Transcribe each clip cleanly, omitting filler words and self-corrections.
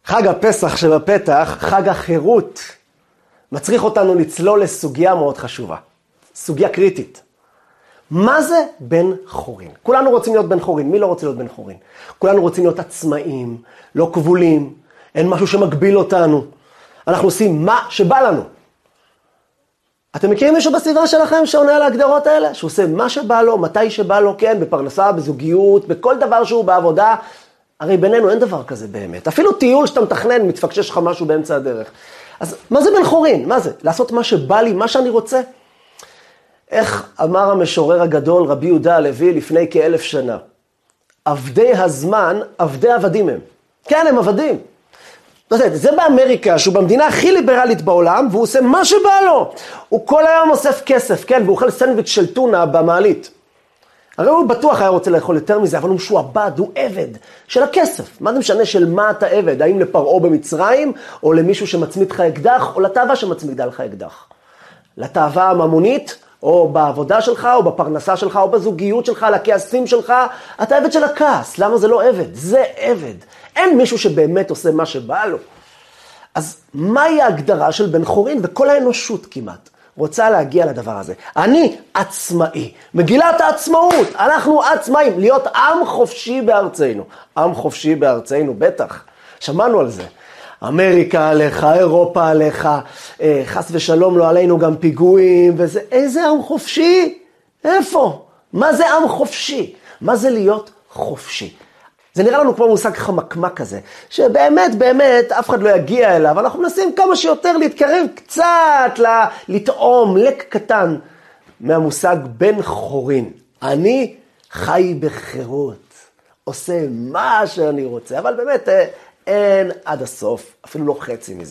חג הפסח שבפתח, חג החירות, מצריך אותנו לצלול לסוגיה מאוד חשובה. סוגיה קריטית. מה זה בן חורין? כולנו רוצים להיות בן חורין. מי לא רוצה להיות בן חורין? כולנו רוצים להיות עצמאים, לא כבולים, אין משהו שמגביל אותנו. אנחנו עושים מה שבא לנו. אתם מכירים מישהו בסביבה שלכם שעונה על ההגדרות האלה? שהוא עושה מה שבא לו, מתי שבא לו, כן, בפרנסה, בזוגיות, בכל דבר שהוא בעבודה. הרי בינינו אין דבר כזה באמת. אפילו טיול שאתה מתכנן, מתפקשש לך משהו באמצע הדרך. אז מה זה בן חורין? מה זה? לעשות מה שבא לי, מה שאני רוצה? איך אמר המשורר הגדול רבי יהודה הלוי לפני כ1000 שנה? עבדי הזמן, עבדי עבדים הם. כן, הם עבדים. זה באמריקה, שהוא במדינה הכי ליברלית בעולם, והוא עושה מה שבא לו. הוא כל היום אוסף כסף, כן, והוא אוכל סנדוויץ' של טונה במעלית. הרי הוא בטוח היה רוצה לאכול יותר מזה, אבל הוא משועבד, הוא עבד של הכסף. מה זה משנה של מה אתה עבד? האם לפרעה במצרים, או למישהו שמצמיד לך אקדח, או לתאווה שמצמידה לך אקדח? לתאווה הממונית, או בעבודה שלך, או בפרנסה שלך, או בזוגיות שלך, לכעסים שלך, אתה עבד של הכעס. למה זה לא עבד? זה עבד. אין מישהו שבאמת עושה מה שבא לו. אז מהי ההגדרה של בן חורין? וכל האנושות כמעט רוצה להגיע לדבר הזה. אני עצמאי. מגילת העצמאות. אנחנו עצמאים. להיות עם חופשי בארצנו. עם חופשי בארצנו, בטח. שמענו על זה. אמריקה עליך, אירופה עליך, חס ושלום לא עלינו גם פיגועים, וזה, איזה עם חופשי? איפה? מה זה עם חופשי? מה זה להיות חופשי? זה נראה לנו כמו מושג חמקמק כזה, שבאמת, באמת, אף אחד לא יגיע אליו, אנחנו מנסים כמה שיותר להתקרב קצת, לטעום, לק קטן, מהמושג בן חורין. אני חי בחירות, עושה מה שאני רוצה, אבל באמת, אין עד הסוף, אפילו לא חצי מזה.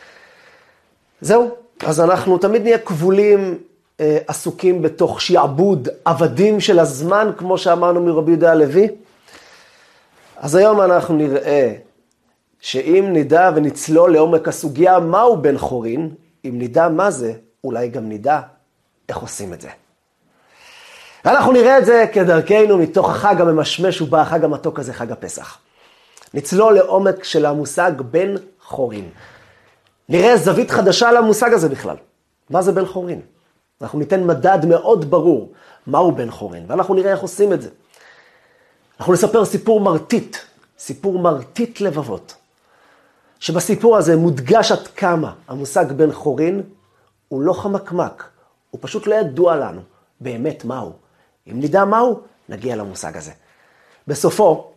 זהו, אז אנחנו תמיד נהיה כבולים, עסוקים בתוך שיעבוד, עבדים של הזמן, כמו שאמרנו מרבי יהודה הלוי. אז היום אנחנו נראה שאם נדע ונצלול לעומק הסוגיה מהו בן חורין, אם נדע מה זה, אולי גם נדע איך עושים את זה. אנחנו נראה את זה כדרכנו מתוך החג הממשמש ובא החג המתוק הזה, חג הפסח. נצלול לעומק של המושג בן חורין. נראה זווית חדשה למושג הזה בכלל. מה זה בן חורין? אנחנו ניתן מדד מאוד ברור מהו בן חורין, ואנחנו נראה איך עושים את זה. אנחנו נספר סיפור מרטיט לבבות, שבסיפור הזה מודגש עד כמה המושג בן חורין הוא לא חמקמק, הוא פשוט לא ידוע לנו באמת מהו. אם נדע מהו, נגיע למושג הזה. בסופו,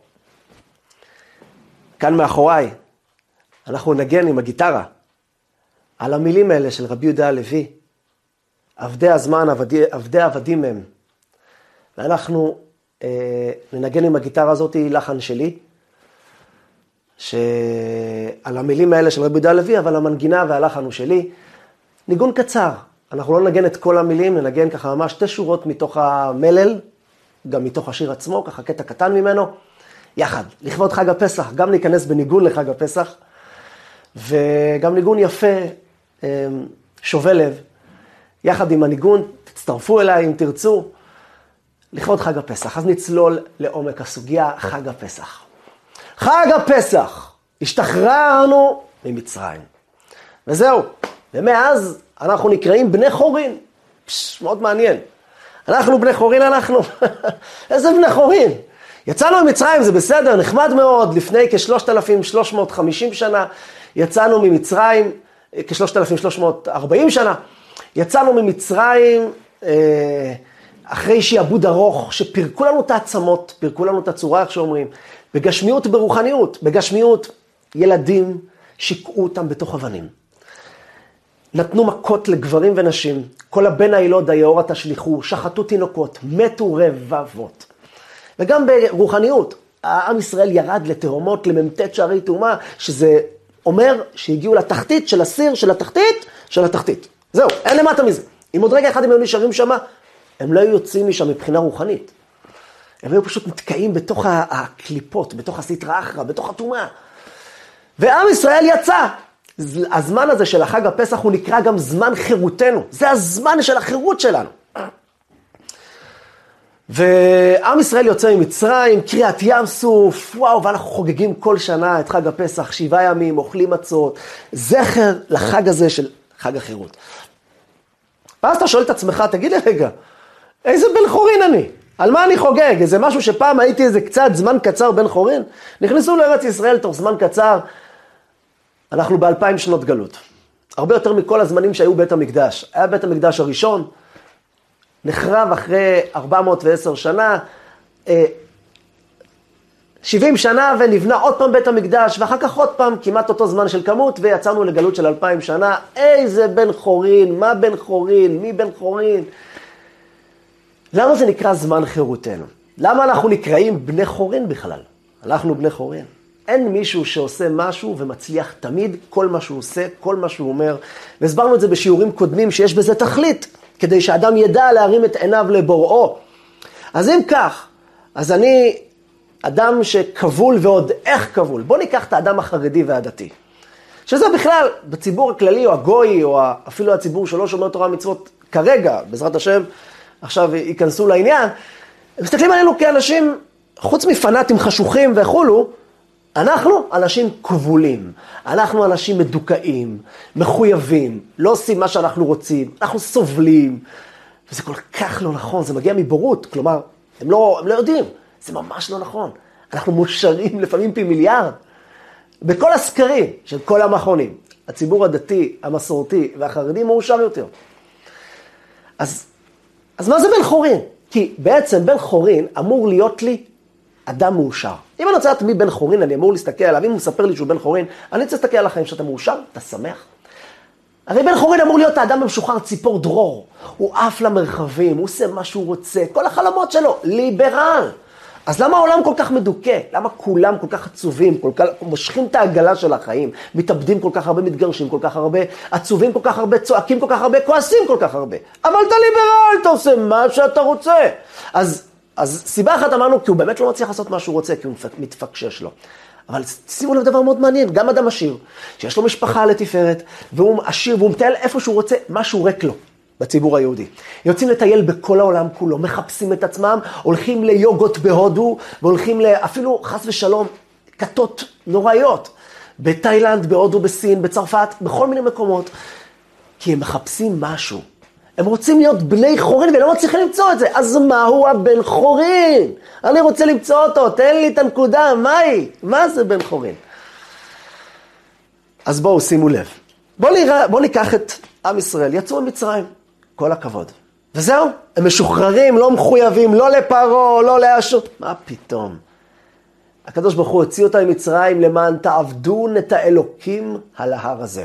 כאן מאחוריי, אנחנו נגן עם הגיטרה על המילים האלה של רבי יהודה הלוי, עבדי הזמן, עבדי עבדים הם. ואנחנו ננגן עם הגיטרה הזאת, לחן שלי, שעל המילים האלה של רבי יהודה הלוי, אבל המנגינה והלחן הוא שלי. ניגון קצר, אנחנו לא נגן את כל המילים, ננגן ככה ממש 2 שורות מתוך המלל, גם מתוך השיר עצמו, ככה קטע קטן ממנו. יחד, לכבוד חג הפסח, גם ניכנס בניגון לחג הפסח, וגם ניגון יפה, שובה לב, יחד עם הניגון, תצטרפו אליי אם תרצו, לכבוד חג הפסח. אז נצלול לעומק הסוגיה, חג הפסח. חג הפסח, השתחררנו ממצרים. וזהו, ומאז אנחנו נקראים בני חורין. מאוד מעניין. אנחנו בני חורין, אנחנו. איזה בני חורין? יצאנו ממצרים, זה בסדר, נחמד מאוד, לפני כ-3,350 שנה, יצאנו ממצרים, כ-3,340 שנה, יצאנו ממצרים אחרי שיעבוד ארוך, שפרקו לנו את העצמות, פרקו לנו את הצורה, איך שאומרים, בגשמיות וברוחניות. בגשמיות, ילדים שיקעו אותם בתוך אבנים. נתנו מכות לגברים ונשים, כל הבן הילוד היאורה תשליכו, שחטו תינוקות, מתו רבבות. וגם ברוחניות, העם ישראל ירד לתהומות, לממתת שערי תאומה, שזה אומר שהגיעו לתחתית של הסיר, של התחתית, של התחתית. זהו, אין למטה מזה. אם עוד רגע אחד הם היו נשארים שם, הם לא היו יוצאים משם מבחינה רוחנית. הם היו פשוט נתקעים בתוך הקליפות, בתוך הסטרא אחרא, בתוך התאומה. ועם ישראל יצא. הזמן הזה של החג הפסח הוא נקרא גם זמן חירותנו. זה הזמן של החירות שלנו. ועם ישראל יוצא ממצרים, קריעת ים סוף, וואו, ואנחנו חוגגים כל שנה את חג הפסח, 7 ימים, אוכלים מצות, זכר לחג הזה של חג החירות. ואז אתה שואל את עצמך, תגיד לי רגע, איזה בן חורין אני? על מה אני חוגג? איזה משהו שפעם הייתי איזה קצת זמן קצר בן חורין? נכנסו לארץ ישראל תוך זמן קצר, אנחנו ב2000 שנות גלות. הרבה יותר מכל הזמנים שהיו בית המקדש. היה בית המקדש הראשון, נחרב אחרי 410 שנה, 70 שנה ונבנה עוד פעם בית המקדש, ואחר כך עוד פעם כמעט אותו זמן של כמות, ויצאנו לגלות של 2000 שנה. איזה בן חורין, מה בן חורין, מי בן חורין? למה זה נקרא זמן חירותנו? למה אנחנו נקראים בני חורין בכלל? אנחנו בני חורין. אין מישהו שעושה משהו ומצליח תמיד כל מה שהוא עושה, כל מה שהוא אומר. והסברנו את זה בשיעורים קודמים שיש בזה תכלית, כדי שאדם ידע להרים את עיניו לבוראו. אז אם כך, אז אני אדם שכבול ועוד איך כבול. בוא ניקח את האדם החרדי והדתי. שזה בכלל בציבור הכללי או הגוי או אפילו הציבור שלא שומר תורה ומצוות כרגע, בעזרת השם, עכשיו ייכנסו לעניין. הם מסתכלים עלינו כאנשים, חוץ מפנאטים חשוכים וכולו, אנחנו אנשים כבולים, אנחנו אנשים מדוכאים, מחויבים, לא עושים מה שאנחנו רוצים, אנחנו סובלים, וזה כל כך לא נכון, זה מגיע מבורות, כלומר, הם לא יודעים, זה ממש לא נכון. אנחנו מושרים לפעמים פי מיליארד. בכל הסקרים של כל המכונים, הציבור הדתי, המסורתי והחרדי מאושר יותר. אז מה זה בן חורין? כי בעצם בן חורין אמור להיות לי אדם מאושר. אם אני רוצה לדעת מי בן חורין, אני אמור להסתכל עליו, אם הוא מספר לי שהוא בן חורין, אני רוצה להסתכל על החיים שאתה מאושר, אתה שמח. הרי בן חורין אמור להיות האדם המשוחרר ציפור דרור, הוא עף למרחבים, הוא עושה מה שהוא רוצה, כל החלומות שלו, ליברל. אז למה העולם כל כך מדוכא? למה כולם כל כך עצובים, מושכים את העגלה של החיים, מתאבדים כל כך הרבה, מתגרשים כל כך הרבה, עצובים כל כך הרבה, צועקים כל כך הרבה, כועסים כל כך הרבה. אבל אתה ליברל, אתה עושה מה שאתה רוצה. אז סיבה אחת אמרנו, כי הוא באמת לא מצליח לעשות מה שהוא רוצה, כי הוא מתפקשש לו. אבל שימו לב דבר מאוד מעניין, גם אדם עשיר, שיש לו משפחה לתפארת, והוא עשיר, והוא מטייל איפה שהוא רוצה, מה שהוא רק לו. בציבור היהודי. יוצאים לטייל בכל העולם כולו, מחפשים את עצמם, הולכים ליוגות בהודו, והולכים אפילו חס ושלום, כתות נוראיות, בתאילנד, בהודו, בסין, בצרפת, בכל מיני מקומות, כי הם מחפשים משהו. הם רוצים להיות בני חורין, ולא מצליחים למצוא את זה. אז מהו הבן חורין? אני רוצה למצוא אותו, תן לי את הנקודה, מהי? מה זה בן חורין? אז בואו, שימו לב. בואו ניקח את עם ישראל, יצאו ממצרים. כל הכבוד. וזהו, הם משוחררים, לא מחויבים, לא לפרעה, לא לאשור. מה פתאום? הקדוש ברוך הוא הוציא אותם ממצרים למען תעבדון את האלוקים על ההר הזה.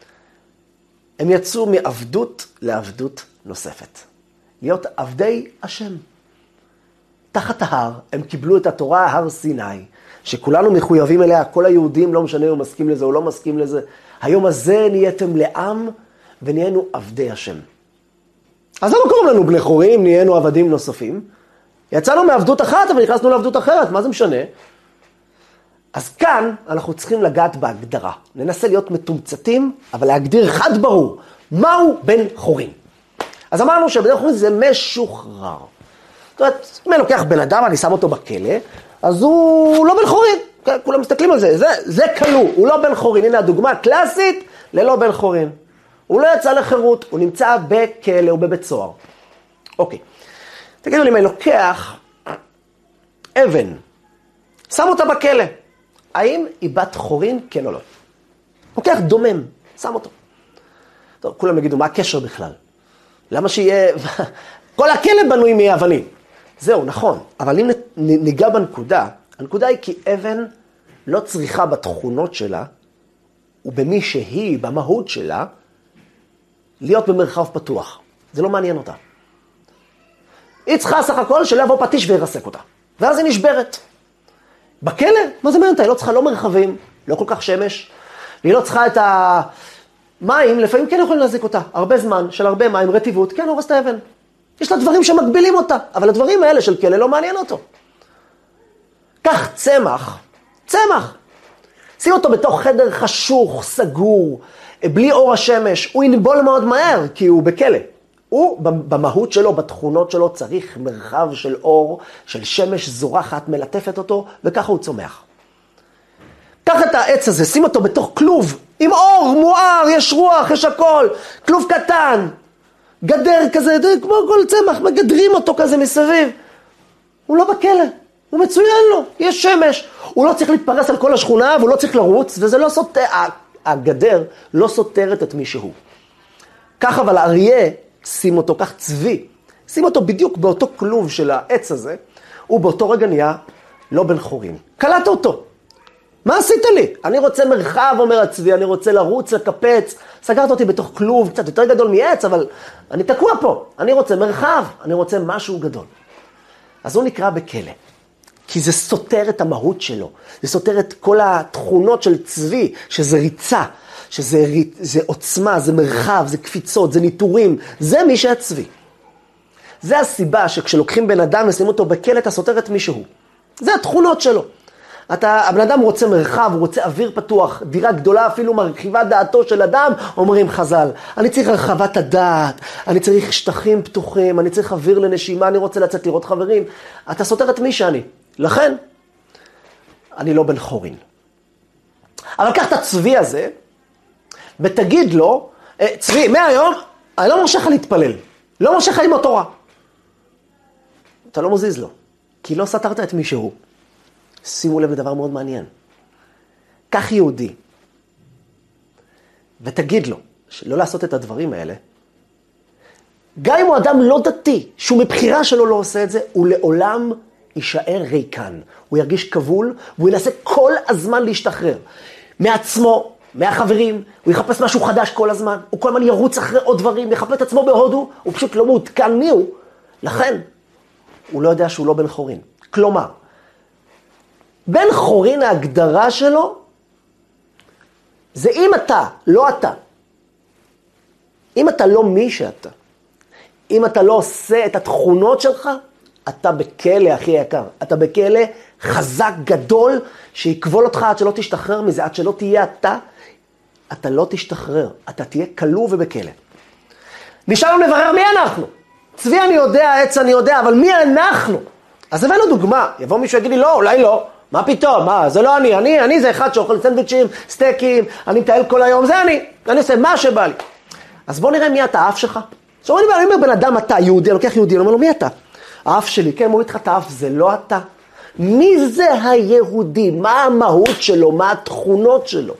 הם יצאו מעבדות לעבדות נוספת. להיות עבדי השם. תחת ההר הם קיבלו את התורה, הר סיני, שכולנו מחויבים אליה, כל היהודים, לא משנה הוא מסכים לזה או לא מסכים לזה. היום הזה נהייתם לעם ונהיינו עבדי השם. אז למה קוראים לנו בני חורין, נהיינו עבדים נוספים? יצאנו מעבדות אחת, אבל נכנסנו לעבדות אחרת, מה זה משנה? אז כאן אנחנו צריכים לגעת בהגדרה. ננסה להיות מתומצתים, אבל להגדיר חד ברור, מהו בן חורין? אז אמרנו שבן חורין זה משוחרר. זאת אומרת, אם אני לוקח בן אדם, אני שם אותו בכלא, אז הוא לא בן חורין. כולם מסתכלים על זה, זה כלוא, הוא לא בן חורין. הנה הדוגמה הקלאסית ללא בן חורין. הוא לא יצא לחירות, הוא נמצא בכלא או בבית סוהר. אוקיי. תגידו לי, אם אני לוקח אבן, שם אותה בכלא, האם היא בת חורין? כן או לא? לוקח דומם, שם אותו. טוב, כולם יגידו, מה הקשר בכלל? למה שיהיה... כל הכלא בנוי מאבנים. זהו, נכון. אבל אם ניגע בנקודה, הנקודה היא כי אבן לא צריכה בתכונות שלה, ובמי שהיא, במהות שלה, להיות במרחב פתוח. זה לא מעניין אותה. היא צריכה סך הכל שלא יבוא פטיש וירסק אותה. ואז היא נשברת. בכלא, מה זה מעניין אותה? היא לא צריכה לא מרחבים, לא כל כך שמש, והיא לא צריכה את המים, לפעמים כן יכולים להזיק אותה. הרבה זמן, של הרבה מים, רטיבות, כן הורס את האבן. יש לה דברים שמגבילים אותה, אבל הדברים האלה של כלא לא מעניין אותו. כך צמח, שים אותו בתוך חדר חשוך, סגור, בלי אור השמש, הוא ינבול מאוד מהר, כי הוא בכלא. הוא במהות שלו, בתכונות שלו, צריך מרחב של אור, של שמש זורחת, מלטפת אותו, וככה הוא צומח. קח את העץ הזה, שים אותו בתוך כלוב, עם אור, מואר, יש רוח, יש הכל, כלוב קטן, גדר כזה, כמו כל צמח, מגדרים אותו כזה מסביב. הוא לא בכלא, הוא מצוין לו, יש שמש. הוא לא צריך להתפרס על כל השכונה, והוא לא צריך לרוץ, וזה לא סותר, הגדר לא סותרת את מי שהוא. כך אבל אריה, שים אותו, כך צבי, שים אותו בדיוק באותו כלוב של העץ הזה, הוא באותו רגע נהיה לא בן חורין. קלט אותו. מה עשית לי? אני רוצה מרחב, אומר הצבי, אני רוצה לרוץ, לקפץ. סגרת אותי בתוך כלוב, קצת יותר גדול מעץ, אבל אני תקוע פה. אני רוצה מרחב, אני רוצה משהו גדול. אז הוא נקרא בכלא. כי זה סותר את המהות שלו. זה סותר את כל התכונות של צבי, שזה ריצה, שזה עוצמה, זה מרחב, זה קפיצות, זה ניטורים. זה מי שהצבי. זה הסיבה שכשלוקחים בן אדם ושים אותו בכלא, אתה סותר את מישהו. זה התכונות שלו. הבן אדם רוצה מרחב, הוא רוצה אוויר פתוח, דירה גדולה אפילו מרחיבה דעתו של אדם, אומרים חז"ל. אני צריך הרחבת הדעת, אני צריך שטחים פתוחים, אני צריך אוויר לנשימה, אני רוצה לצאת לראות חברים. אתה סותר את מי שאני. לכן, אני לא בן חורין. אבל קח את הצבי הזה, ותגיד לו, צבי, מהיום, אני לא מרשה לך להתפלל, לא מרשה לך ללמוד תורה. אתה לא מזיז לו, כי לא סתרת את מי שהוא. שימו לב לדבר מאוד מעניין. קח יהודי, ותגיד לו, שלא לעשות את הדברים האלה, גם אם הוא אדם לא דתי, שהוא מבחירה שלו לא עושה את זה, הוא לעולם יישאר ריקן. הוא ירגיש כבול, והוא ינסה כל הזמן להשתחרר. מעצמו, מהחברים, הוא יחפש משהו חדש כל הזמן, הוא כל הזמן ירוץ אחרי עוד דברים, יחפש את עצמו בהודו, הוא פשוט לא מעודכן מי הוא. לכן, הוא לא יודע שהוא לא בן חורין. כלומר, בן חורין ההגדרה שלו, זה אם אתה, לא אתה. אם אתה לא מי שאתה. אם אתה לא עושה את התכונות שלך, אתה בכלא הכי יקר. אתה בכלא חזק, גדול, שיקבול אותך עד שלא תשתחרר מזה, עד שלא תהיה אתה, אתה לא תשתחרר. אתה תהיה כלוא ובכלא. נשארנו לברר מי אנחנו. צבי אני יודע, עץ אני יודע, אבל מי אנחנו? אז הבאנו דוגמה. יבוא מישהו יגיד לי, לא, אולי לא. מה פתאום? מה? זה לא אני זה אחד שאוכל סנדוויצ'ים, סטייקים, אני מטייל כל היום, זה אני עושה מה שבא לי. אז בוא נראה מי אתה, האף שלך. עכשיו אני אומר, בן אדם אתה, יהודי, אני לוקח יהודי, אני אומר לו, מי אתה? האף שלי, כן, מוריד לך את האף, זה לא אתה. מי זה היהודי? מה המהות שלו? מה התכונות שלו?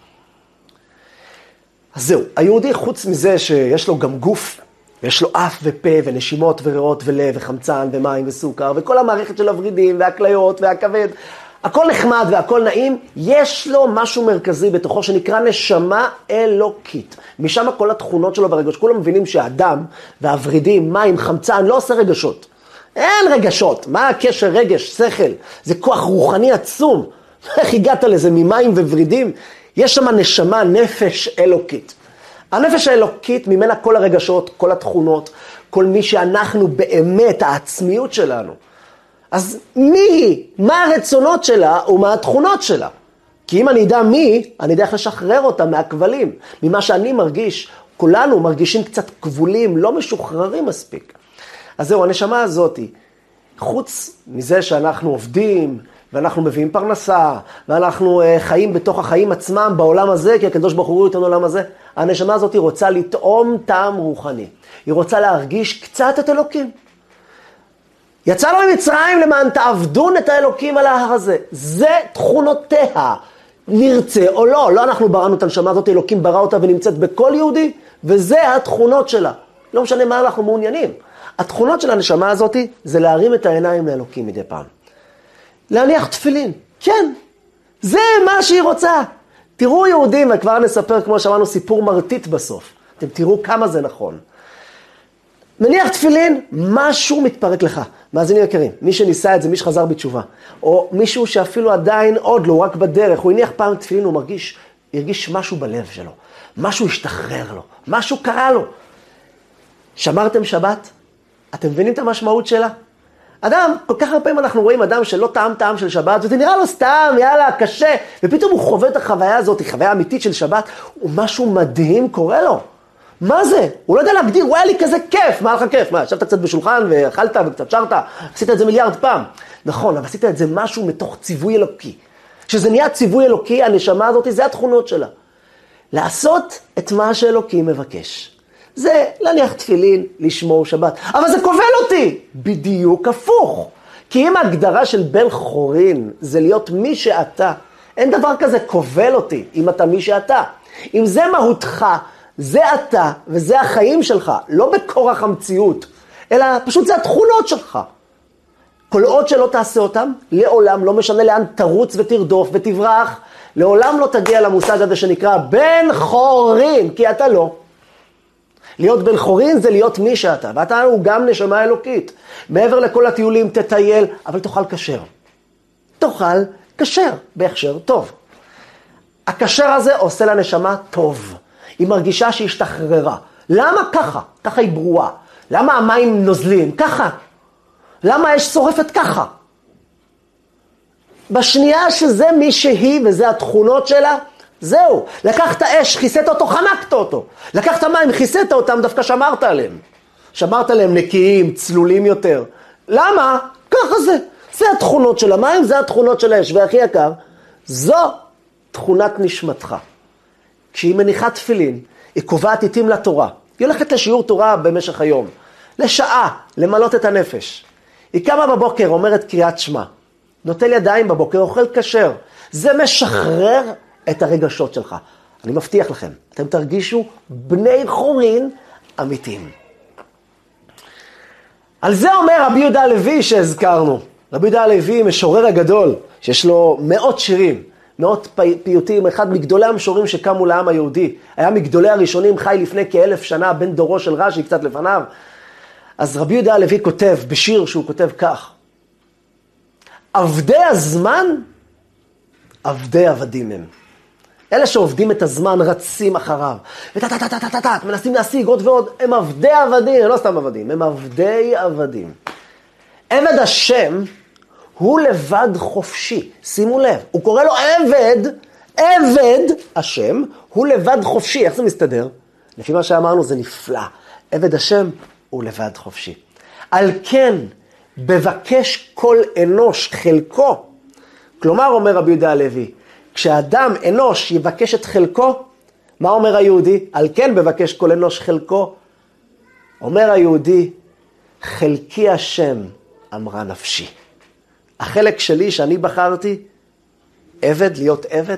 אז זהו, היהודי חוץ מזה שיש לו גם גוף, ויש לו אף ופה ונשימות וריאות ולב וחמצן ומים וסוכר, וכל המערכת של הוורידים והכליות והכבד, הכל נחמד והכל נעים, יש לו משהו מרכזי בתוכו שנקרא נשמה אלוקית. משם כל התכונות שלו והרגשות. כולם מבינים שהאדם והוורידים, מים, חמצן, לא עושה רגשות. אין רגשות. מה הקשר רגש, שכל? זה כוח רוחני עצום. איך הגעת לזה ממים וורידים? יש שם נשמה, נפש אלוקית. הנפש האלוקית, ממנה כל הרגשות, כל התכונות, כל מי שאנחנו באמת, העצמיות שלנו. אז מי היא? מה הרצונות שלה ומה התכונות שלה? כי אם אני יודע מי, אני יודע איך לשחרר אותה מהכבלים. ממה שאני מרגיש, כולנו מרגישים קצת כבולים, לא משוחררים מספיק. אז זהו, הנשמה הזאת, חוץ מזה שאנחנו עובדים, ואנחנו מביאים פרנסה, ואנחנו חיים בתוך החיים עצמם בעולם הזה, כי הקדוש ברוך הוא איתנו בעולם הזה, הנשמה הזאת רוצה לטעום טעם רוחני. היא רוצה להרגיש קצת את אלוקים. יצאנו ממצרים למען תעבדון את האלוקים על ההר הזה. זה תכונותיה. נרצה או לא. לא אנחנו בראנו את הנשמה הזאת, אלוקים ברא אותה ונמצאת בכל יהודי, וזה התכונות שלה. לא משנה מה אנחנו מעוניינים. התכונות של הנשמה הזאת זה להרים את העיניים לאלוקים מדי פעם. להניח תפילין. כן. זה מה שהיא רוצה. תראו יהודים, וכבר נספר כמו שאמרנו סיפור מרטיט בסוף. אתם תראו כמה זה נכון. מניח תפילין, משהו מתפרק לך. מאזינים יקרים, מי שניסה את זה, מי שחזר בתשובה, או מישהו שאפילו עדיין עוד לא, רק בדרך, הוא הניח פעם תפילין, הוא הרגיש משהו בלב שלו, משהו השתחרר לו, משהו קרה לו. שמרתם שבת? אתם מבינים את המשמעות שלה? אדם, כל כך הרבה פעמים אנחנו רואים אדם שלא טעם של שבת, וזה נראה לו סתם, יאללה, קשה, ופתאום הוא חווה את החוויה הזאת, חוויה אמיתית של שבת, ומשהו מדהים קורה לו. מה זה? הוא לא יודע להגדיר, הוא היה לי כזה כיף. מה לך כיף? מה, ישבת קצת בשולחן ואכלת וקצת שרת? עשית את זה מיליארד פעם. נכון, אבל עשית את זה משהו מתוך ציווי אלוקי. כשזה נהיה ציווי אלוקי, הנשמה הזאת, זה התכונות שלה. לעשות את מה שאלוקי מבקש. זה להניח תפילין, לשמור שבת. אבל זה כובל אותי. בדיוק הפוך. כי אם ההגדרה של בן חורין זה להיות מי שאתה, אין דבר כזה כובל אותי אם אתה מי שאתה. אם זה מהותך, זה אתה וזה החיים שלך, לא בכורח המציאות, אלא פשוט זה התכונות שלך. כל עוד שלא תעשה אותם, לעולם לא משנה לאן תרוץ ותרדוף ותברח, לעולם לא תגיע למושג הזה שנקרא בן חורין, כי אתה לא. להיות בן חורין זה להיות מי שאתה, ואתה הוא גם נשמה אלוקית. מעבר לכל הטיולים תטייל, אבל תאכל כשר. תאכל כשר, בהכשר טוב. הכשר הזה עושה לנשמה טוב. היא מרגישה שהיא השתחררה. למה ככה? ככה היא ברורה. למה המים נוזלים? ככה. למה האש שורפת ככה? בשנייה שזה מי שהיא וזה התכונות שלה, זהו. לקחת אש, חיסית אותו, חנקת אותו. לקחת מים, חיסית אותם, דווקא שמרת עליהם. שמרת עליהם נקיים, צלולים יותר. למה? ככה זה. זה התכונות של המים, זה התכונות של האש. והכי יקר, זו תכונת נשמתך. כשהיא מניחה תפילין, היא קובעת עיתים לתורה. היא הולכת לשיעור תורה במשך היום. לשעה, למלות את הנפש. היא קמה בבוקר, אומרת קריאת שמע. נוטל ידיים בבוקר, אוכל כשר. זה משחרר את הרגשות שלך. אני מבטיח לכם, אתם תרגישו בני חורין אמיתיים. על זה אומר רבי יהודה הלוי שהזכרנו. רבי יהודה הלוי משורר הגדול, שיש לו מאות שירים, מאות פיוטים, אחד מגדולי המשוררים שקמו לעם היהודי. היה מגדולי הראשונים, חי לפני כ1000 שנה, בן דורו של רש"י, קצת לפניו. אז רבי יהודה הלוי כותב, בשיר שהוא כותב כך, עבדי הזמן, עבדי עבדים הם. אלה שעובדים את הזמן רצים אחריו, מנסים להשיג עוד ועוד, הם עבדי עבדים, הם לא סתם עבדים, הם עבדי עבדים. עבד השם הוא לבד חופשי, שימו לב, הוא קורא לו עבד, עבד השם הוא לבד חופשי, איך זה מסתדר? לפי מה שאמרנו זה נפלא, עבד השם הוא לבד חופשי. על כן, בבקש כל אנוש חלקו, כלומר אומר רבי יהודה הלוי, כשאדם אנוש יבקש את חלקו, מה אומר היהודי? על כן בבקש כל אנוש חלקו. אומר היהודי, חלקי השם אמרה נפשי. החלק שלי שאני בחרתי, עבד, להיות עבד,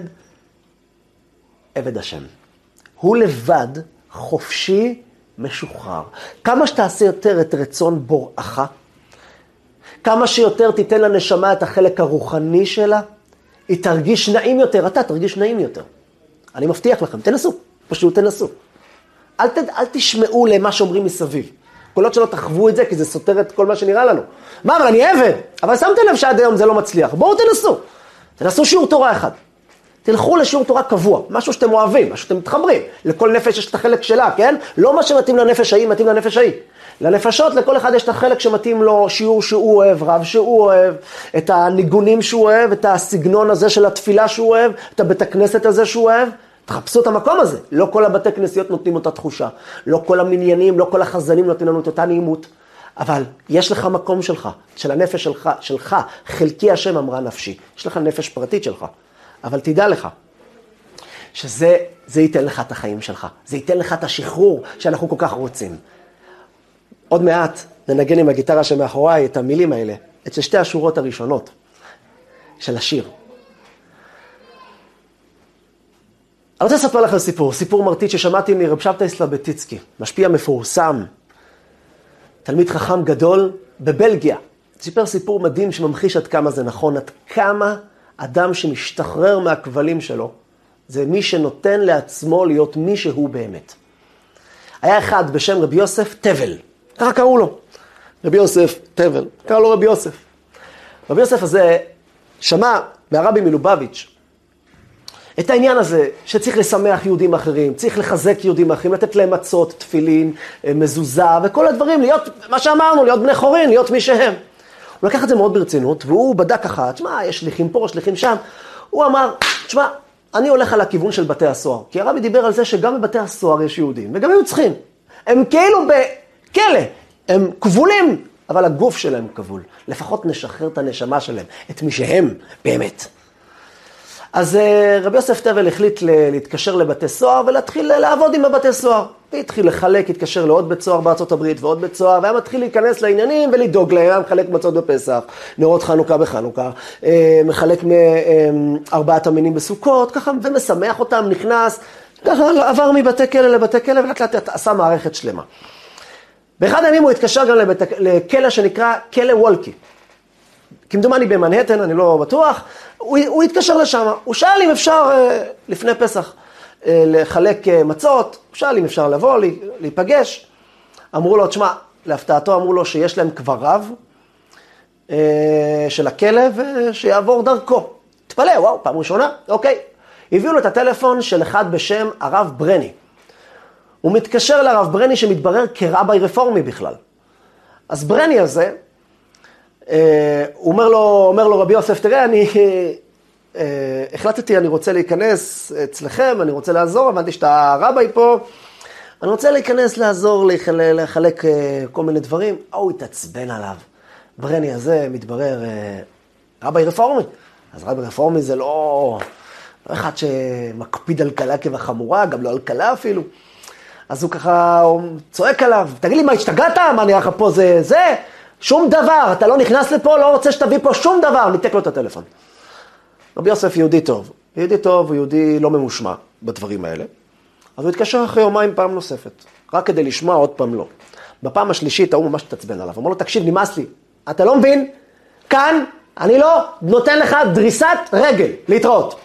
עבד השם. הוא לבד, חופשי, משוחרר. כמה שתעשה יותר את רצון בוראך, כמה שיותר תיתן לנשמה את החלק הרוחני שלה, היא תרגיש נעים יותר, אתה תרגיש נעים יותר. אני מבטיח לכם, תנסו, פשוט תנסו. אל תשמעו למה שאומרים מסביב. כל עוד שלא תחוו את זה, כי זה סותר את כל מה שנראה לנו. מה, אבל אני עבד, אבל שמתם לב שעד היום זה לא מצליח. בואו תנסו. תנסו שיעור תורה אחד. תלכו לשיעור תורה קבוע, משהו שאתם אוהבים, משהו שאתם מתחברים. לכל נפש יש את החלק שלה, כן? לא מה שמתאים לנפש ההיא, מתאים לנפש ההיא. לנפשות, לכל אחד יש את החלק שמתאים לו שיעור שהוא אוהב, רב שהוא אוהב, את הניגונים שהוא אוהב, את הסגנון הזה של התפילה שהוא אוהב, את הבית הכנסת הזה שהוא אוהב. תחפשו את המקום הזה. לא כל הבתי כנסיות נותנים אותה תחושה. לא כל המניינים, לא כל החזנים נותנים לנו את אותה נעימות. אבל יש לך מקום שלך, של הנפש שלך, חלקי השם אמרה נפשי. יש לך נפש פרטית שלך. אבל תדע לך, שזה ייתן לך את החיים שלך. זה ייתן לך את השחרור שאנחנו כל כך רוצים. עוד מעט ננגן עם הגיטרה שמאחוריי את המילים האלה, את שתי השורות הראשונות של השיר. אני רוצה לספר לכם סיפור מרטיט ששמעתי מרב שבתאי סלובטיצקי, משפיע מפורסם, תלמיד חכם גדול בבלגיה. סיפר סיפור מדהים שממחיש עד כמה זה נכון, עד כמה אדם שמשתחרר מהכבלים שלו, זה מי שנותן לעצמו להיות מי שהוא באמת. היה אחד בשם רבי יוסף תבל, ככה קראו לו, רבי יוסף תבל, קראו לו רבי יוסף. רבי יוסף הזה שמע מהרבי מלובביץ' את העניין הזה שצריך לשמח יהודים אחרים, צריך לחזק יהודים אחרים, לתת להם מצות, תפילין, מזוזה וכל הדברים, להיות, מה שאמרנו, להיות בני חורין, להיות מי שהם. הוא לקח את זה מאוד ברצינות, והוא בדק אחת, תשמע, יש שליחים פה, שליחים שם. הוא אמר, תשמע, אני הולך על הכיוון של בתי הסוהר, כי הרבי דיבר על זה שגם בבתי הסוהר יש יהודים, וגם היו צריכים. הם כאילו בכלא, הם כבולים, אבל הגוף שלהם כבול. לפחות נשחרר את הנשמה שלהם, את מי שהם באמת. אז רבי יוסף טבל החליט להתקשר לבתי סוהר ולהתחיל לעבוד עם הבתי סוהר. והתחיל לחלק, התקשר לעוד בית סוהר בארצות הברית ועוד בית סוהר, והיה מתחיל להיכנס לעניינים ולדאוג להם, היה מחלק מצות בפסח, נרות חנוכה בחנוכה, מחלק מארבעת המינים בסוכות, ככה, ומשמח אותם, נכנס, ככה עבר מבתי כלא לבתי כלא, ולאט לאט עשה מערכת שלמה. באחד הימים הוא התקשר גם לכלא שנקרא כלא וולקי. כמדומני במנהטן, אני לא בטוח, הוא התקשר לשם, הוא שאל אם אפשר לפני פסח לחלק מצות, הוא שאל אם אפשר לבוא, להיפגש. אמרו לו, תשמע, להפתעתו אמרו לו שיש להם כבר רב של הכלא ושיעבור דרכו. תפלא, וואו, פעם ראשונה, אוקיי. הביאו לו את הטלפון של אחד בשם הרב ברני. הוא מתקשר לרב ברני שמתברר כרבי רפורמי בכלל. אז ברני הזה, הוא אומר לו רבי יוסף, תראה, אני החלטתי, אני רוצה להיכנס אצלכם, אני רוצה לעזור, הבנתי שאתה רבי פה, אני רוצה להיכנס, לעזור, לחלק כל מיני דברים. הוא התעצבן עליו. ברני הזה מתברר רבי רפורמי. אז רבי רפורמי זה לא אחד שמקפיד על קלה כבחמורה, גם לא על קלה אפילו. אז הוא ככה צועק עליו, תגיד לי, מה השתגעת? מה נראה לך פה זה? שום דבר, אתה לא נכנס לפה, לא רוצה שתביא פה שום דבר, ניתק לו את הטלפון. רבי יוסף יהודי טוב, הוא יהודי לא ממושמע בדברים האלה. אז הוא התקשר אחרי יומיים פעם נוספת, רק כדי לשמוע עוד פעם לא. בפעם השלישית הוא ממש תצבן עליו, אמר לו, תקשיב, נמאס לי, אתה לא מבין? כאן אני לא נותן לך דריסת רגל, להתראות.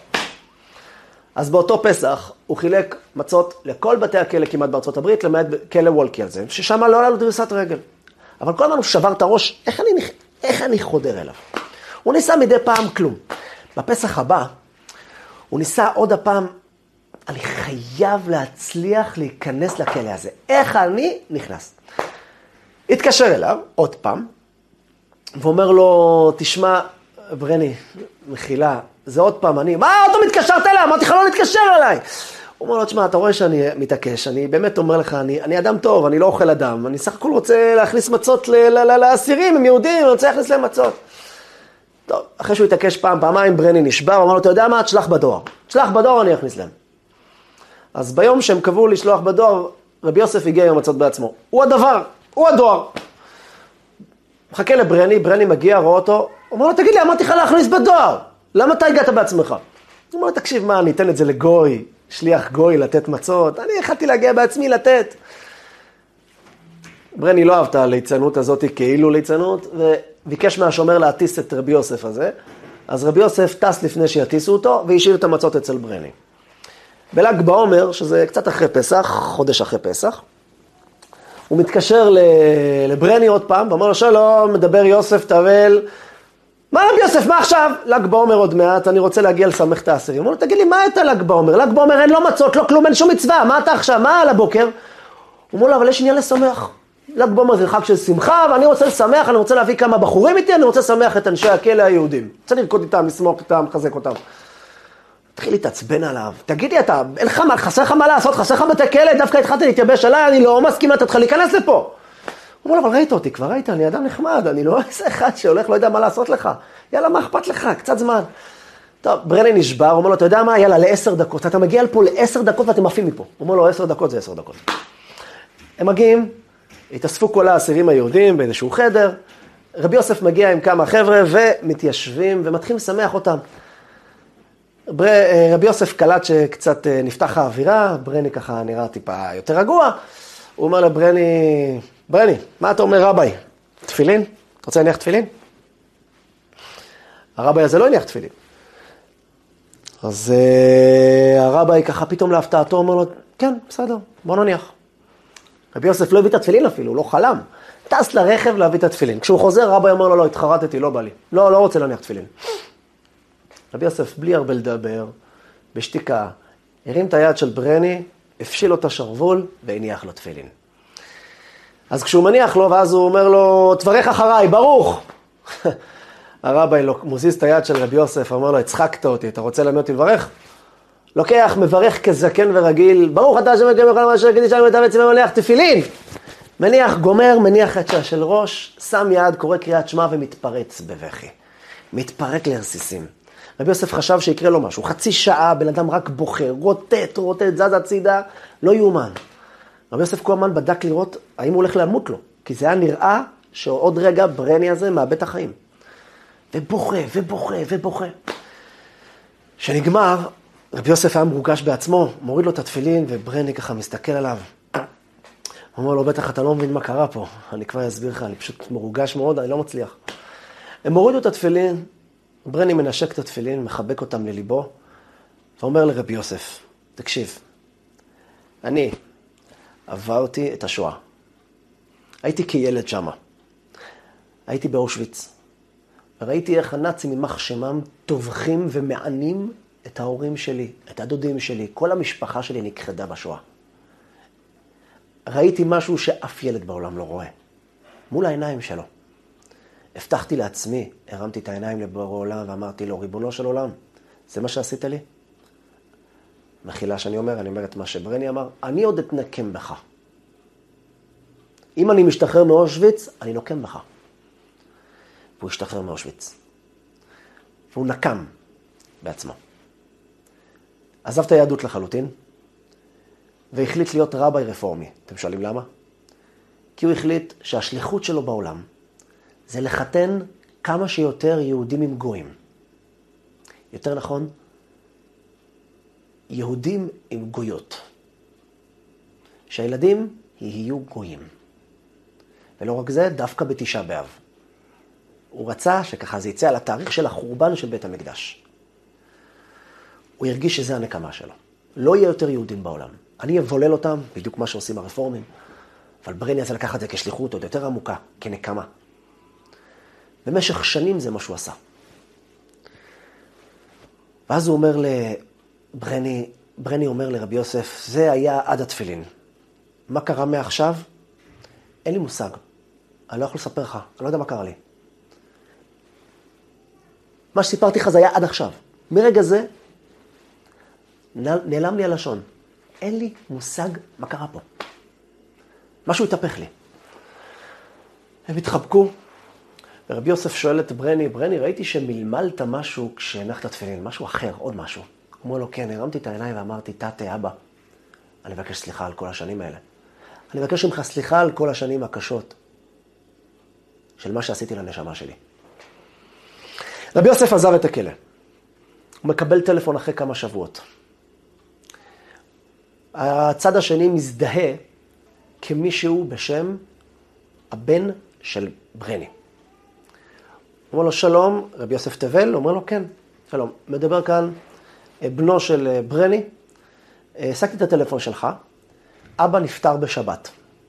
אז באותו פסח הוא חילק מצות לכל בתי הכלא כמעט בארצות הברית, למעט כלא וולקי על זה, ששם לא היה לו דריסת רגל. אבל כל הזמן הוא שבר את הראש, איך אני חודר אליו? הוא ניסה מדי פעם כלום. בפסח הבא, הוא ניסה עוד הפעם, אני חייב להצליח להיכנס לכלא הזה. איך אני נכנס? התקשר אליו עוד פעם, ואומר לו, תשמע, ברני, מחילה, זה עוד פעם אני, מה עוד לא מתקשרת אליי? אמרתי לך לא להתקשר אליי. הוא אומר לו, תשמע, אתה רואה שאני מתעקש, אני באמת אומר לך, אני אדם טוב, אני לא אוכל אדם, אני סך הכל רוצה להכניס מצות לאסירים, הם יהודים, אני רוצה להכניס להם מצות. טוב, אחרי שהוא התעקש פעמיים, ברני נשבר, הוא אמר לו, אתה יודע מה? תשלח בדואר. תשלח בדואר, אני אכניס להם. אז ביום שהם קבעו לשלוח בדואר, רבי יוסף הגיע עם המצות בעצמו. הוא הדואר. מחכה לברני, ברני מגיע, רואה אותו, הוא אומר לו, תגיד לי, אמרתי לך להכניס בדואר. למה אתה הגעת בעצמך? הוא אומר לו, תקשיב, מה, אני אתן את זה לגוי, שליח גוי לתת מצות, אני החלטתי להגיע בעצמי לתת. ברני לא אהבת הליצנות הזאת כאילו ליצנות, וביקש מהשומר להטיס את רבי יוסף הזה, אז רבי יוסף טס לפני שיטיסו אותו, והשאיר את המצות אצל ברני. בל"ג בעומר, שזה קצת אחרי פסח, חודש אחרי פסח, הוא מתקשר לברני עוד פעם, ואומר לו, שלום, מדבר יוסף טבל, מה רבי יוסף, מה עכשיו? ל"ג בעומר עוד מעט, אני רוצה להגיע לשמח את האסירים. הוא אומר לו, תגיד לי, מה אתה ל"ג בעומר? ל"ג בעומר אין לו מצות, לא כלום, אין שום מצווה, מה אתה עכשיו? מה על הבוקר? הוא אומר לו, אבל יש עניין לשמח. ל"ג בעומר זה חג של שמחה, ואני רוצה לשמח, אני רוצה להביא כמה בחורים איתי, אני רוצה לשמח את אנשי הכלא היהודים. רוצה לרקוד איתם, לשמוח איתם, לחזק אותם. התחיל להתעצבן עליו. תגיד לי, אתה, חסר לך מה לעשות, חסר לך בתי כלא, דווקא התחלתי להתייבש עליי, אני לא מסכים לתת לך להיכנס לפה. הוא אומר לו, אבל ראית אותי, כבר ראית, אני אדם נחמד, אני לא איזה אחד שהולך, לא יודע מה לעשות לך. יאללה, מה אכפת לך? קצת זמן. טוב, ברני נשבר, הוא אומר לו, אתה יודע מה? יאללה, ל10 דקות. אתה מגיע לפה ל10 דקות ואתם עפים מפה. הוא אומר לו, 10 דקות זה 10 דקות. הם מגיעים, התאספו כל האסירים היהודים באיזשהו חדר, רבי יוסף מגיע עם כמה חבר'ה ומתיישבים ומתחילים לשמח אותם. רבי יוסף קלט שקצת נפתח האווירה, ברני ככה נראה טיפה יותר רגוע. הוא אומר לברני, ברני, מה אתה אומר רבי? תפילין? אתה רוצה להניח תפילין? הרבי הזה לא הניח תפילין. אז הרבי ככה פתאום להפתעתו אומר לו, כן, בסדר, בוא נניח. רבי יוסף לא הביא את התפילין אפילו, הוא לא חלם. טס לרכב להביא את התפילין. כשהוא חוזר, רבי אומר לו, לא, התחרטתי, לא בא לי. לא רוצה להניח תפילין. רבי יוסף, בלי הרבה לדבר, בשתיקה, הרים את היד של ברני, הפשיל לו את השרוול והניח לו תפילין. אז כשהוא מניח לו, ואז הוא אומר לו, תברך אחריי, ברוך. הרבי מוזיז את היד של רבי יוסף, אומר לו, הצחקת אותי, אתה רוצה להמיא אותי לברך? לוקח, מברך כזקן ורגיל, ברוך אתה השם אלוהינו מלך אשר קידש לנו את הארץ ומניח תפילין. מניח, גומר, מניח את של ראש, שם יד, קורא קריאת שמע ומתפרץ בבכי. מתפרק לרסיסים. רבי יוסף חשב שיקרה לו משהו. חצי שעה, בן אדם רק בוחר, רוטט, זז הצידה, לא יאומן. רבי יוסף קוהמן בדק לראות האם הוא הולך למות לו. כי זה היה נראה שעוד רגע ברני הזה מאבד את החיים. ובוכה, ובוכה, ובוכה. שנגמר, רבי יוסף היה מרוגש בעצמו, מוריד לו את התפילין, וברני ככה מסתכל עליו. הוא אומר לו, בטח אתה לא מבין מה קרה פה. אני כבר אסביר לך, אני פשוט מרוגש מאוד, אני לא מצליח. הם מורידו את התפילין, ברני מנשק את התפילין, מחבק אותם לליבו, ואומר לרבי יוסף, תקשיב, אני עברתי את השואה. הייתי כילד שמה. הייתי באושוויץ, וראיתי איך הנאצים ממח שמם טובחים ומענים את ההורים שלי, את הדודים שלי, כל המשפחה שלי נכחדה בשואה. ראיתי משהו שאף ילד בעולם לא רואה, מול העיניים שלו. הבטחתי לעצמי, הרמתי את העיניים לבורא עולם ואמרתי לו, ריבונו של עולם, זה מה שעשית לי? מחילה שאני אומר, אני אומר את מה שברני אמר, אני עוד אתנקם בך. אם אני משתחרר מאושוויץ, אני נוקם בך. והוא השתחרר מאושוויץ. והוא נקם בעצמו. עזב את היהדות לחלוטין, והחליט להיות רבי רפורמי. אתם שואלים למה? כי הוא החליט שהשליחות שלו בעולם זה לחתן כמה שיותר יהודים עם גויים. יותר נכון, יהודים עם גויות. שהילדים יהיו גויים. ולא רק זה, דווקא בתשעה באב. הוא רצה שככה זה יצא על התאריך של החורבן של בית המקדש. הוא הרגיש שזה הנקמה שלו. לא יהיה יותר יהודים בעולם. אני אבולל אותם, בדיוק מה שעושים הרפורמים, אבל ברני הזה לקח את זה כשליחות עוד יותר עמוקה, כנקמה. במשך שנים זה מה שהוא עשה. ואז הוא אומר ברני אומר לרבי יוסף, זה היה עד התפילין. מה קרה מעכשיו? אין לי מושג. אני לא יכול לספר לך, אני לא יודע מה קרה לי. מה שסיפרתי לך זה היה עד עכשיו. מרגע זה, נעלם לי הלשון. אין לי מושג מה קרה פה. משהו התהפך לי. הם התחבקו, ורבי יוסף שואל את ברני, ראיתי שמלמלת משהו כשהנחת תפילין, משהו אחר, עוד משהו. הוא אומר לו, כן, הרמתי את העיניים ואמרתי, תתה, אבא, אני מבקש סליחה על כל השנים האלה. אני מבקש ממך סליחה על כל השנים הקשות של מה שעשיתי לנשמה שלי. רבי יוסף עזב את הכלא. הוא מקבל טלפון אחרי כמה שבועות. הצד השני מזדהה כמישהו בשם הבן של ברני. הוא אומר לו, שלום, רבי יוסף תבל, הוא אומר לו, כן, שלום. מדבר כאן בנו של ברני, העסקתי את הטלפון שלך, אבא נפטר בשבת.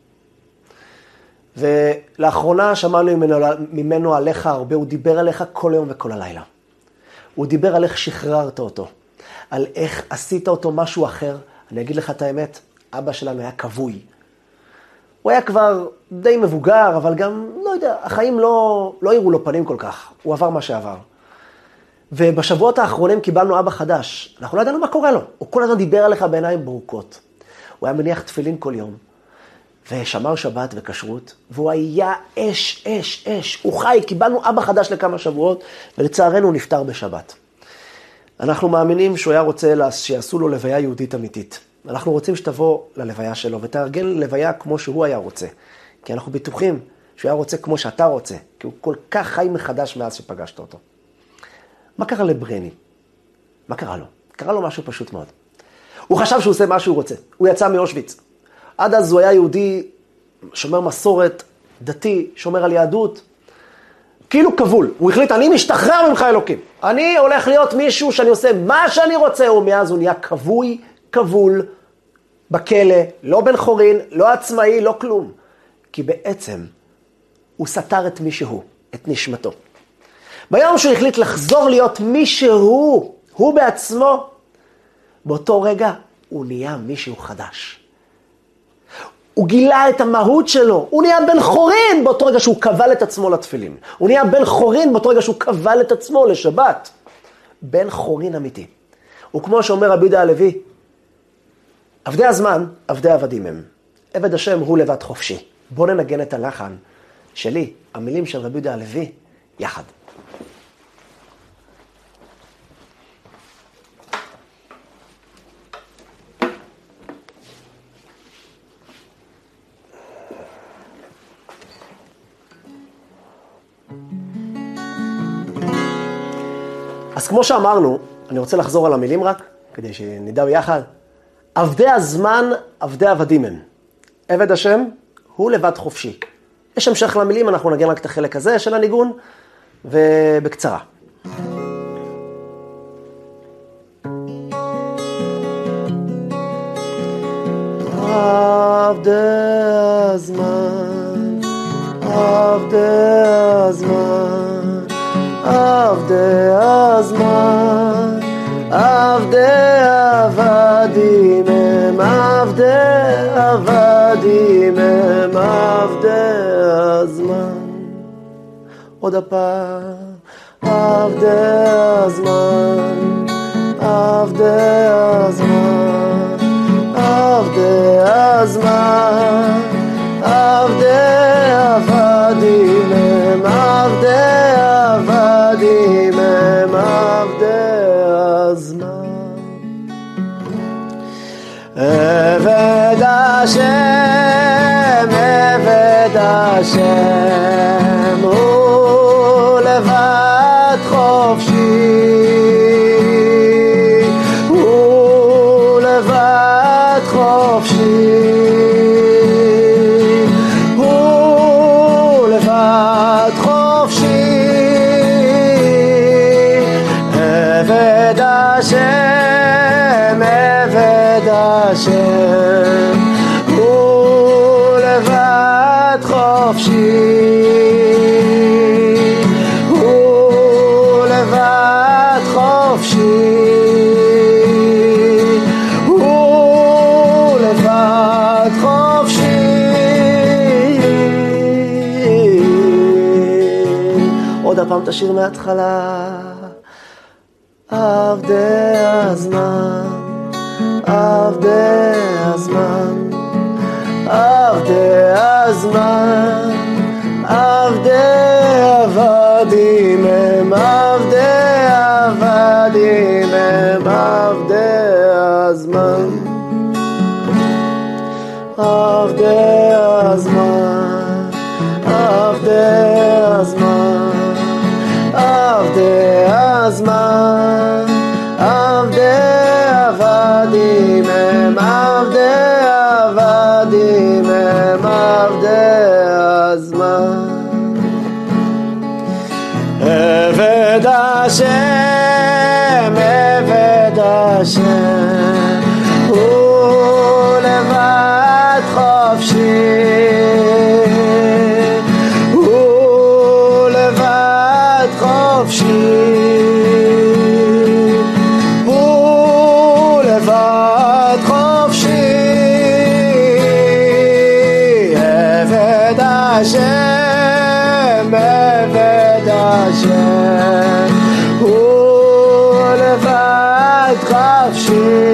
ולאחרונה שמענו ממנו עליך הרבה, הוא דיבר עליך כל היום וכל הלילה. הוא דיבר על איך שחררת אותו, על איך עשית אותו משהו אחר. אני אגיד לך את האמת, אבא שלנו היה כבוי. הוא היה כבר די מבוגר, אבל גם, לא יודע, החיים לא הראו לו פנים כל כך. הוא עבר מה שעבר. ובשבועות האחרונים קיבלנו אבא חדש. אנחנו לא ידענו מה קורה לו. הוא כל הזמן דיבר עליך בעיניים ברוקות. הוא היה מניח תפילין כל יום, ושמר שבת וכשרות, והוא היה אש. הוא חי, קיבלנו אבא חדש לכמה שבועות, ולצערנו הוא נפטר בשבת. אנחנו מאמינים שהוא היה רוצה שיעשו לו לוויה יהודית אמיתית. אנחנו רוצים שתבוא ללוויה שלו, ותארגן לוויה כמו שהוא היה רוצה. כי אנחנו בטוחים שהוא היה רוצה כמו שאתה רוצה, כי הוא כל כך חי מחדש מאז שפגשת אותו. מה קרה לברני? מה קרה לו? קרה לו משהו פשוט מאוד. הוא חשב שהוא עושה מה שהוא רוצה. הוא יצא מאושוויץ. עד אז הוא היה יהודי, שומר מסורת, דתי, שומר על יהדות. כאילו כבול. הוא החליט, אני משתחרר ממך אלוקים. אני הולך להיות מישהו שאני עושה מה שאני רוצה, ומאז הוא נהיה כבול, בכלא, לא בן חורין, לא עצמאי, לא כלום. כי בעצם הוא סתר את מישהו, את נשמתו. ביום שהוא החליט לחזור להיות מישהו, הוא בעצמו, באותו רגע הוא נהיה מישהו חדש. הוא גילה את המהות שלו, הוא נהיה בן חורין באותו רגע שהוא קבל את עצמו לתפילין. הוא נהיה בן חורין באותו רגע שהוא קבל את עצמו לשבת. בן חורין אמיתי. וכמו שאומר רבי יהודה הלוי, עבדי הזמן, עבדי עבדים הם. עבד השם הוא לבד חופשי. בואו ננגן את הלחן שלי, המילים של רבי יהודה הלוי, יחד. אז כמו שאמרנו, אני רוצה לחזור על המילים רק, כדי שנדע ביחד. עבדי הזמן, עבדי עבדים הם. עבד השם הוא לבד חופשי. יש המשך למילים, אנחנו נגן רק את החלק הזה של הניגון, ובקצרה. עבדי הזמן, עבדי הזמן, עבדי הזמן, עבדי עבדים הם, עבדי עבדים הם, עבדי הזמן. עוד הפעם, עבדי הזמן, עבדי הזמן, עבדי הזמן, עבדי עבדים הם, עבדי עבדים הם, עבדי הזמן. עבד השם, עבד השם, הוא לבד חופשי, הוא לבד חופשי, הוא לבד חופשי. עבד השם, עבד השם, הוא לבד חופשי, הוא לבד חופשי, הוא לבד חופשי. עוד הפעם תשאיר מההתחלה. עבדי הזמן, עבדי הזמן, עבדי הזמן, עבדי עבדים הם, עבדי עבדים הם, עבדי הזמן, עבדי הזמן, עבדי הזמן, עבדי הזמן, עבדי עבדים הם, עבדי עבדים הם, עבדי הזמן. עבד השם, עבד השם, הוא לבד חופשי, הוא לבד חופשי, הוא לבד חופשי. עבד השם, עבד השם, הוא לבד חופשי,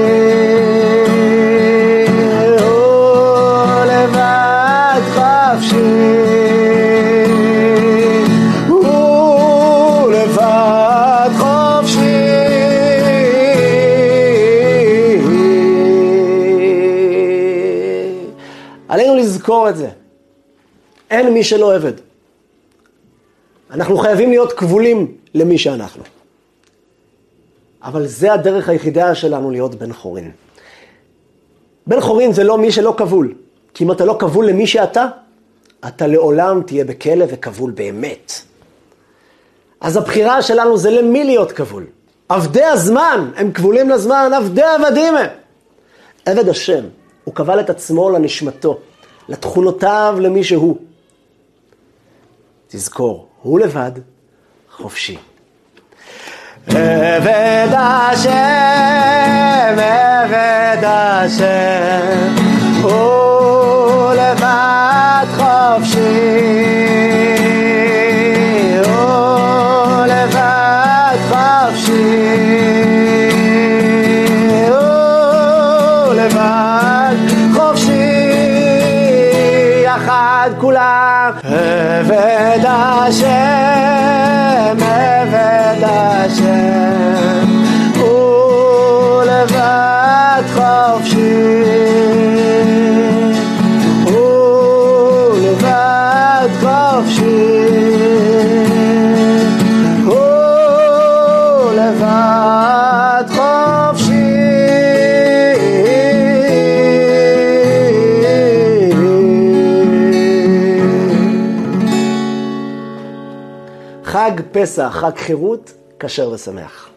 הוא לבד חופשי, הוא לבד חופשי. עלינו לזכור את זה. אין מי שלא עבד. אנחנו חייבים להיות כבולים למי שאנחנו. אבל זה הדרך היחידה שלנו להיות בן חורין. בן חורין זה לא מי שלא כבול. כי אם אתה לא כבול למי שאתה, אתה לעולם תהיה בכלא וכבול באמת. אז הבחירה שלנו זה למי להיות כבול. עבדי הזמן, הם כבולים לזמן, עבדי עבדים הם. עבד השם, הוא כבל את עצמו לנשמתו, לתכונותיו למי שהוא. תזכור, הוא לבד חופשי. עבד השם, עבד השם, הוא לבד חופשי, הוא לבד חופשי, לבד חופשי, יחד כולם עבד השם, עבד השם, הוא לבד חופשי, הוא לבד חופשי, הוא לבד חופשי. חג פסח, חג חירות, כשר ושמח.